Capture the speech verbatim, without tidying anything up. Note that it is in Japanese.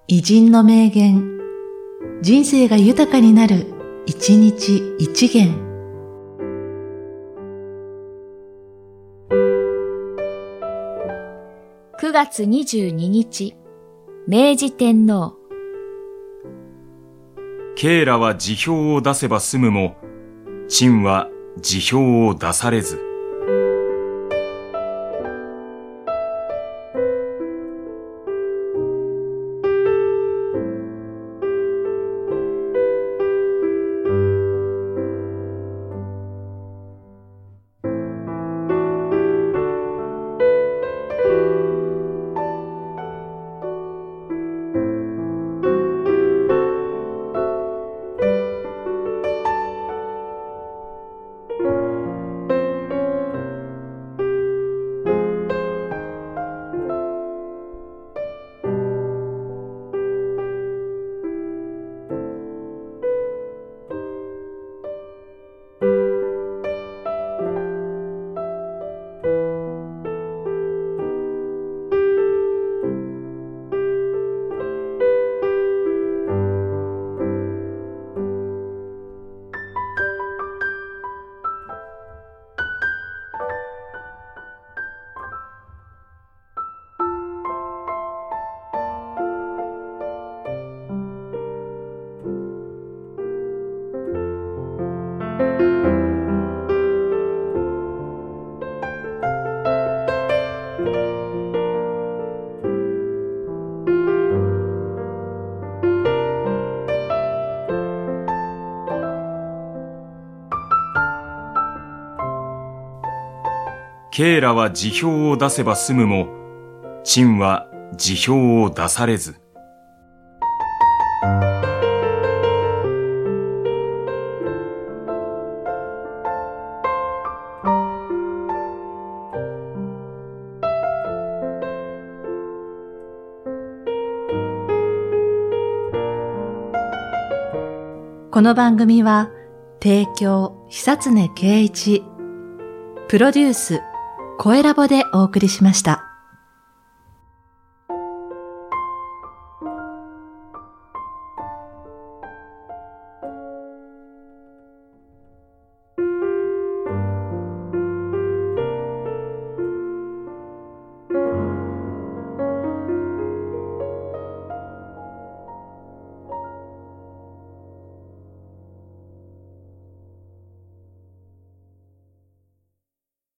偉人の名言、人生が豊かになる、一日一元。 くがつにじゅうににち、明治天皇。 慶羅は辞表を出せば済むも、陳は辞表を出されず。慶羅は辞表を出せば済むも、陳は辞表を出されず。 この番組は、提供、久常圭一、プロデュース、声ラボでお送りしました。